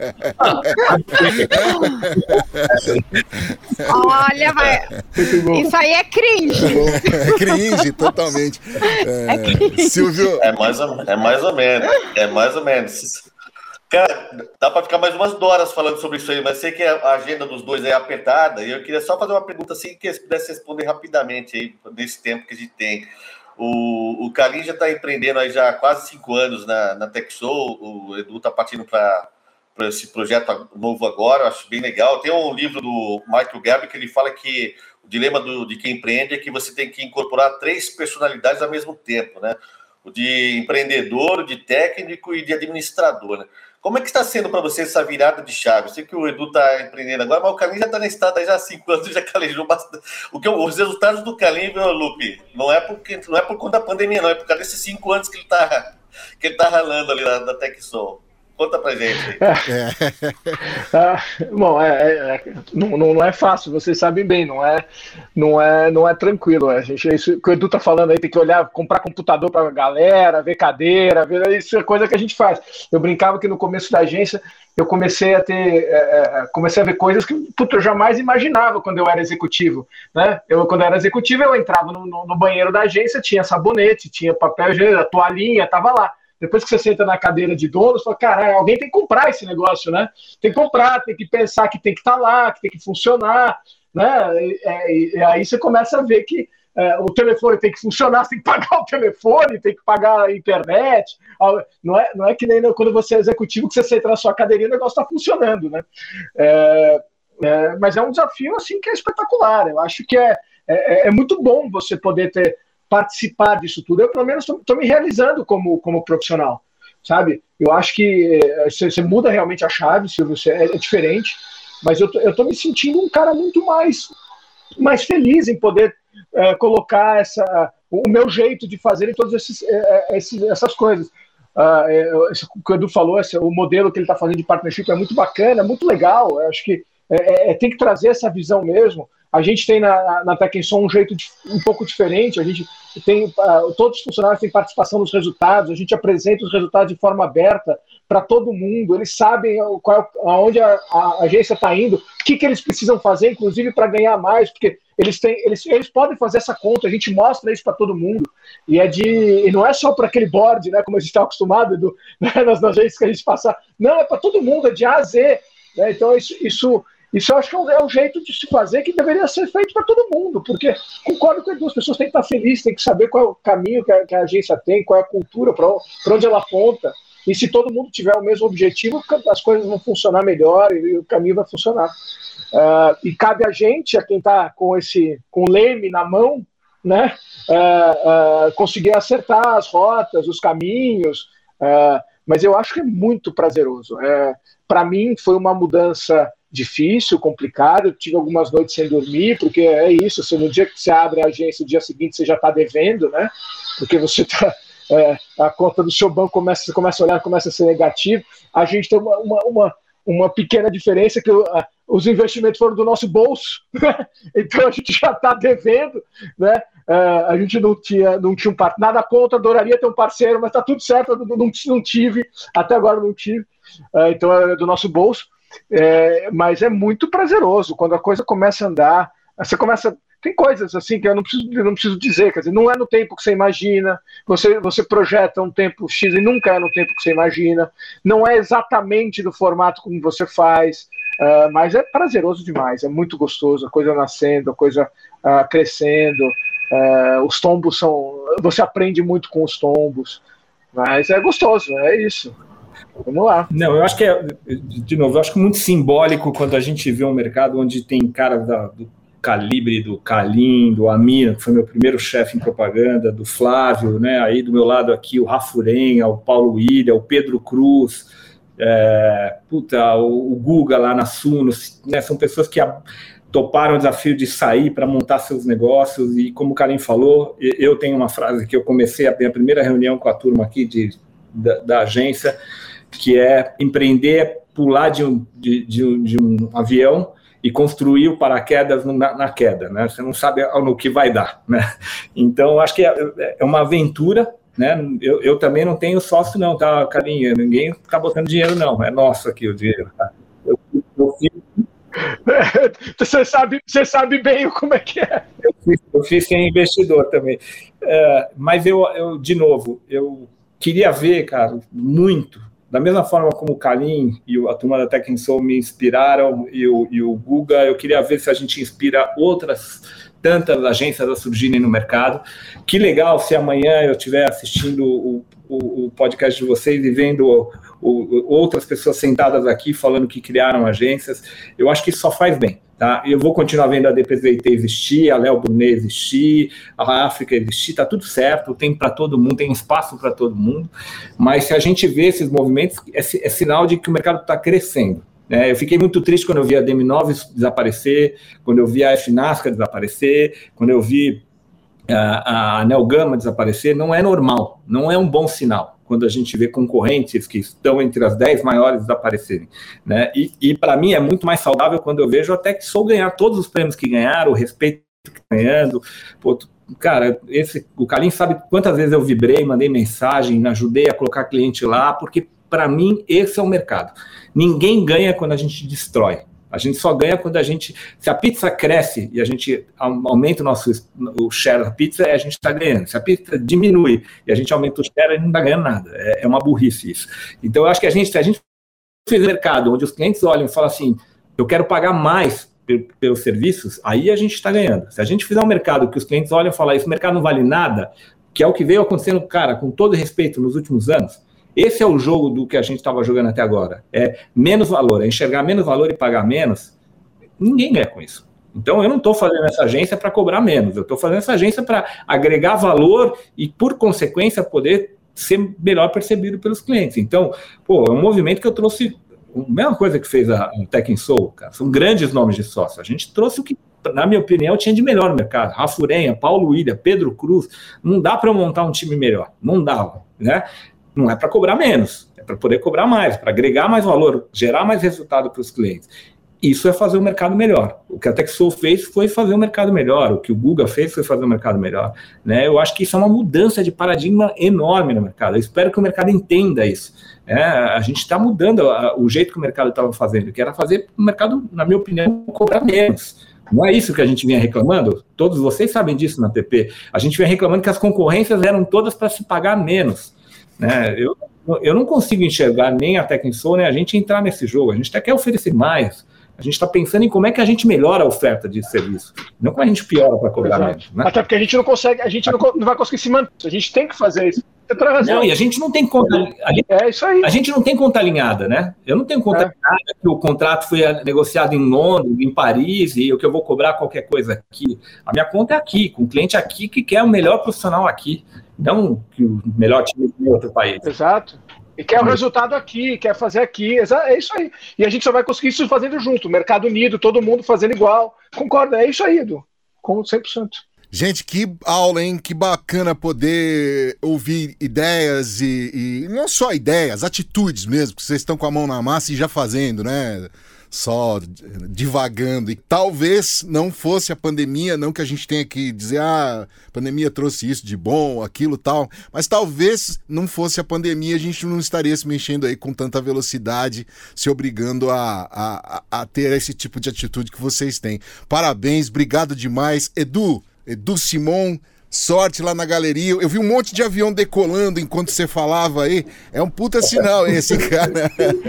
Olha, vai. Isso aí é cringe. É cringe, totalmente. É, é cringe. Silvio... É mais, ou, é mais ou menos. É mais ou menos. Cara, dá para ficar mais umas horas falando sobre isso aí, mas sei que a agenda dos dois é apertada e eu queria só fazer uma pergunta assim que eles pudessem responder rapidamente aí, nesse tempo que a gente tem. O, o Carlinhos já está empreendendo aí já há quase cinco anos na, na TechShow, o Edu está partindo para esse projeto novo agora, eu acho bem legal. Tem um livro do Michael Gerber que ele fala que o dilema do, de quem empreende é que você tem que incorporar três personalidades ao mesmo tempo, né? O de empreendedor, o de técnico e de administrador, né? Como é que está sendo para você essa virada de chave? Eu sei que o Edu está empreendendo agora, mas o Carlinhos já está na estrada já há cinco anos, já calejou bastante. O que, os resultados do Carlinhos, Lupe, não é, porque, não é por conta da pandemia, não, é por causa desses cinco anos que ele está que ele tá ralando ali na, na TechShow. Conta pra gente. É. Ah, bom, é, é, não, não é fácil, vocês sabem bem, não é, não é, não é tranquilo. A gente, isso que o Edu tá falando aí, tem que olhar, comprar computador pra galera, ver cadeira, ver, isso é coisa que a gente faz. Eu brincava que no começo da agência eu comecei a ter, é, comecei a ver coisas que puto, eu jamais imaginava quando eu era executivo, né? Eu, quando eu era executivo, eu entrava no, no, no banheiro da agência, tinha sabonete, tinha papel higiênico, toalhinha, tava lá. Depois que você senta na cadeira de dono, você fala, cara, alguém tem que comprar esse negócio, né? Tem que comprar, tem que pensar que tem que estar lá, que tem que funcionar, né? E, e, e aí você começa a ver que é, o telefone tem que funcionar, você tem que pagar o telefone, tem que pagar a internet. Não é, não é que nem quando você é executivo que você senta na sua cadeirinha e o negócio está funcionando, né? É, é, mas é um desafio, assim, que é espetacular. Eu acho que é, é, é muito bom você poder ter participar disso tudo. Eu, pelo menos, estou me realizando como, como profissional, sabe? Eu acho que você é, muda realmente a chave, Silvio, é, é diferente, mas eu estou me sentindo um cara muito mais, mais feliz em poder é, colocar essa, o meu jeito de fazer em todas esses, é, esses, essas coisas. Uh, é, esse, o que o Edu falou, esse, o modelo que ele está fazendo de partnership é muito bacana, é muito legal. Eu acho que é, é, tem que trazer essa visão mesmo. A gente tem na, na TechShow um jeito de, um pouco diferente, a gente tem, uh, todos os funcionários têm participação nos resultados, a gente apresenta os resultados de forma aberta para todo mundo, eles sabem qual, aonde a, a agência está indo, o que, que eles precisam fazer, inclusive para ganhar mais, porque eles, têm, eles, eles podem fazer essa conta, a gente mostra isso para todo mundo, e, é de, e não é só para aquele board, né, como a gente está acostumado do, né, nas, nas agências que a gente passa, não, é para todo mundo, é de A a Z, né, então isso... isso Isso eu acho que é um jeito de se fazer que deveria ser feito para todo mundo, porque concordo com as duas pessoas, têm que estar felizes, têm que saber qual é o caminho que a, que a agência tem, qual é a cultura, para onde ela aponta, e se todo mundo tiver o mesmo objetivo, as coisas vão funcionar melhor e o caminho vai funcionar. Uh, e cabe a gente, a quem está com esse com o leme na mão, né, uh, uh, conseguir acertar as rotas, os caminhos, uh, mas eu acho que é muito prazeroso. Uh, para mim foi uma mudança difícil, complicado, eu tive algumas noites sem dormir, porque é isso, você, no dia que você abre a agência, no dia seguinte você já está devendo, né, porque você tá, é, a conta do seu banco começa, você começa a olhar, começa a ser negativo. A gente tem uma, uma, uma, uma pequena diferença, que a, os investimentos foram do nosso bolso, né? Então a gente já está devendo, né? Uh, a gente não tinha, não tinha um par... nada contra, adoraria ter um parceiro, mas está tudo certo, não, não, não tive, até agora não tive, uh, então é do nosso bolso. É, mas é muito prazeroso quando a coisa começa a andar. Você começa, tem coisas assim que eu não preciso, eu não preciso dizer, quer dizer, não é no tempo que você imagina, você, você projeta um tempo X e nunca é no tempo que você imagina, não é exatamente do formato como você faz, uh, mas é prazeroso demais, é muito gostoso, a coisa nascendo, a coisa uh, crescendo, uh, os tombos são, você aprende muito com os tombos, mas é gostoso, é isso. Vamos lá. Não, eu acho que é, de novo, eu acho que é muito simbólico quando a gente vê um mercado onde tem caras da, do calibre do Kalim, do Amina, que foi meu primeiro chefe em propaganda, do Flávio, né? Aí do meu lado aqui o Rafurenha, o Paulo William, o Pedro Cruz, é, puta, o, o Guga lá na Sunos, né? São pessoas que a, toparam o desafio de sair para montar seus negócios, e como o Kalim falou, eu tenho uma frase que eu comecei a minha primeira reunião com a turma aqui de, da, da agência, que é empreender, é pular de um, de, de, de um avião e construir o paraquedas na, na queda, né? Você não sabe no que vai dar, né? Então, acho que é, é uma aventura, né? Eu, eu também não tenho sócio não, tá, Carlinhos? Ninguém está botando dinheiro não, é nosso aqui o dinheiro. Tá? Eu, eu fiz... Você sabe, você sabe bem como é que é. Eu fiz, eu fiz sem investidor também. Uh, mas eu, eu, de novo, eu queria ver, cara, muito, da mesma forma como o Kalim e a turma da TechInsole me inspiraram, e o, e o Guga, eu queria ver se a gente inspira outras tantas agências a surgirem no mercado. Que legal se amanhã eu estiver assistindo o, o, o podcast de vocês e vendo o, o, outras pessoas sentadas aqui falando que criaram agências. Eu acho que isso só faz bem. Tá? Eu vou continuar vendo a D P Z T existir, a Léo Brunet existir, a África existir, está tudo certo, tem para todo mundo, tem espaço para todo mundo, mas se a gente vê esses movimentos, é, é sinal de que o mercado está crescendo. Né? Eu fiquei muito triste quando eu vi a D M nove desaparecer, quando eu vi a FNASCA desaparecer, quando eu vi a, a Nelgama desaparecer. Não é normal, não é um bom sinal quando a gente vê concorrentes que estão entre as dez maiores desaparecerem, né? E, e para mim é muito mais saudável quando eu vejo até que sou ganhar todos os prêmios que ganharam, o respeito que ganhando. Pô, cara, esse, o Kalim sabe quantas vezes eu vibrei, mandei mensagem, ajudei a colocar cliente lá, porque para mim esse é o mercado. Ninguém ganha quando a gente destrói. A gente só ganha quando a gente... Se a pizza cresce e a gente aumenta o nosso o share da pizza, a gente está ganhando. Se a pizza diminui e a gente aumenta o share, a gente não está ganhando nada. É, é uma burrice isso. Então, eu acho que a gente, se a gente fez um mercado onde os clientes olham e falam assim, eu quero pagar mais pelos serviços, aí a gente está ganhando. Se a gente fizer um mercado que os clientes olham e falam, esse mercado não vale nada, que é o que veio acontecendo, cara, com todo respeito, nos últimos anos, esse é o jogo do que a gente estava jogando até agora. É menos valor, é enxergar menos valor e pagar menos. Ninguém ganha com isso. Então, eu não estou fazendo essa agência para cobrar menos. Eu estou fazendo essa agência para agregar valor e, por consequência, poder ser melhor percebido pelos clientes. Então, pô, é um movimento que eu trouxe... A mesma coisa que fez a, a TechInsole, cara. São grandes nomes de sócio. A gente trouxe o que, na minha opinião, tinha de melhor no mercado. Rafa Urenha, Paulo William, Pedro Cruz. Não dá para montar um time melhor. Não dava, né? Não é para cobrar menos, é para poder cobrar mais, para agregar mais valor, gerar mais resultado para os clientes. Isso é fazer o mercado melhor. O que a TechInsole fez foi fazer o mercado melhor, o que o Guga fez foi fazer o mercado melhor. Né? Eu acho que isso é uma mudança de paradigma enorme no mercado. Eu espero que o mercado entenda isso. É, a gente está mudando a, o jeito que o mercado estava fazendo, que era fazer o mercado, na minha opinião, cobrar menos. Não é isso que a gente vinha reclamando? Todos vocês sabem disso na T P. A gente vinha reclamando que as concorrências eram todas para se pagar menos. Né? Eu, eu não consigo enxergar nem a TechInsole, nem a gente entrar nesse jogo. A gente até quer oferecer mais. A gente está pensando em como é que a gente melhora a oferta de serviço, não como a gente piora para cobrar menos. Né? Até porque a gente não consegue, a gente não, não vai conseguir se manter. A gente tem que fazer isso. Não, e a gente não tem conta. A gente, é isso aí. A gente não tem conta alinhada, né? Eu não tenho conta é. alinhada que o contrato foi negociado em Londres, em Paris, e o que eu vou cobrar qualquer coisa aqui. A minha conta é aqui, com o cliente aqui que quer o melhor profissional aqui, não que o melhor time em outro país. Exato. E quer o resultado aqui, quer fazer aqui. É isso aí. E a gente só vai conseguir isso fazendo junto. Mercado unido, todo mundo fazendo igual. Concorda? É isso aí, Edu. Com cem por cento. Gente, que aula, hein? Que bacana poder ouvir ideias e, e não só ideias, atitudes mesmo, que vocês estão com a mão na massa e já fazendo, né? Só divagando. E talvez não fosse a pandemia, não que a gente tenha que dizer, ah, a pandemia trouxe isso de bom, aquilo tal, mas talvez não fosse a pandemia, a gente não estaria se mexendo aí com tanta velocidade, se obrigando a, a, a ter esse tipo de atitude que vocês têm. Parabéns, obrigado demais. Edu, Edu Simon, sorte lá na galeria. Eu vi um monte de avião decolando enquanto você falava aí. É um puta sinal esse, cara.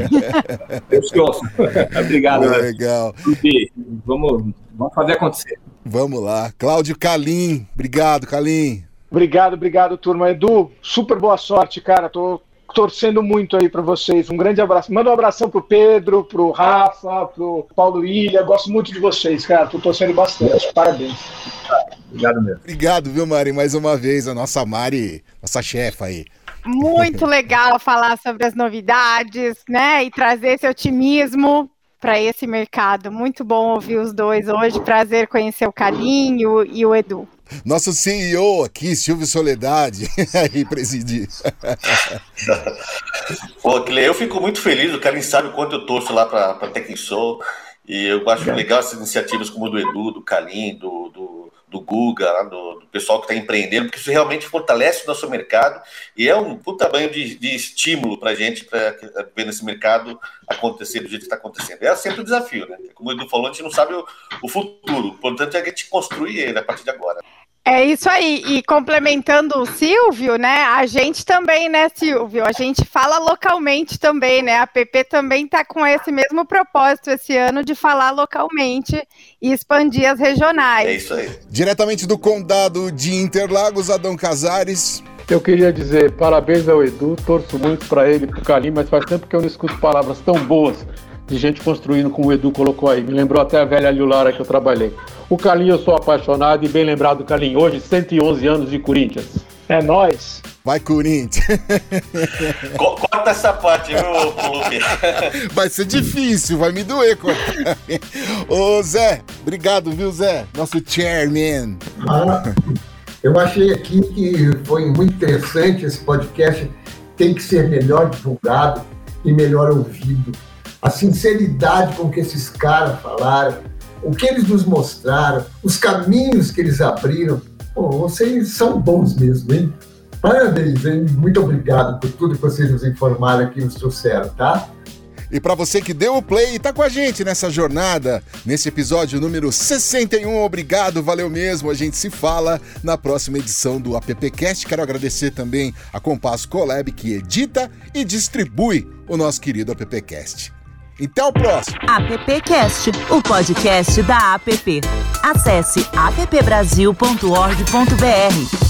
Obrigado. Legal. Vamos, vamos fazer acontecer. Vamos lá. Cláudio Kalim. Obrigado, Kalim. Obrigado, obrigado, turma. Edu, super boa sorte, cara. Tô torcendo muito aí para vocês. Um grande abraço. Manda um abração pro Pedro, pro Rafa, pro Paulo Ilha. Gosto muito de vocês, cara. Tô torcendo bastante. Parabéns. Obrigado mesmo. Obrigado, viu, Mari? Mais uma vez, a nossa Mari, nossa chefa aí. Muito legal falar sobre as novidades, né? E trazer esse otimismo para esse mercado. Muito bom ouvir os dois hoje. Prazer conhecer o Kalim e o, e o Edu. Nosso C E O aqui, Silvio Soledade, aí presidir. Pô, eu fico muito feliz, o Kalim sabe o quanto eu torço lá para a TechInsole, e eu acho legal essas iniciativas como o do Edu, do Kalim, do, do, do Guga, lá do, do pessoal que está empreendendo, porque isso realmente fortalece o nosso mercado e é um puta banho de, de estímulo para a gente, para ver nesse mercado acontecer do jeito que está acontecendo. É sempre um desafio, né? Como o Edu falou, a gente não sabe o, o futuro, portanto é a gente construir ele a partir de agora. É isso aí, e complementando o Silvio, né, a gente também, né, Silvio, a gente fala localmente também, né, a P P também está com esse mesmo propósito esse ano de falar localmente e expandir as regionais. É isso aí. Diretamente do Condado de Interlagos, Adão Casares. Eu queria dizer parabéns ao Edu, torço muito para ele, para o Calim, mas faz tempo que eu não escuto palavras tão boas de gente construindo como o Edu colocou aí. Me lembrou até a velha Lilara que eu trabalhei. O Calim, eu sou apaixonado e bem lembrado, Calim. Hoje, cento e onze anos de Corinthians. É nóis. Vai, Corinthians. Corta essa parte, viu, Luque? Vai ser difícil, vai me doer cortar. Ô, Zé, obrigado, viu, Zé? Nosso chairman. Ah, eu achei aqui que foi muito interessante esse podcast. Tem que ser melhor divulgado e melhor ouvido. A sinceridade com que esses caras falaram, o que eles nos mostraram, os caminhos que eles abriram. Pô, vocês são bons mesmo, hein? Parabéns, hein? Muito obrigado por tudo que vocês nos informaram aqui e nos trouxeram, tá? E para você que deu o play e tá com a gente nessa jornada, nesse episódio número sessenta e um, obrigado, valeu mesmo. A gente se fala na próxima edição do AppCast. Quero agradecer também a Compasso Collab, que edita e distribui o nosso querido AppCast. Até o próximo. AppCast, o podcast da App. Acesse app brasil ponto org ponto br.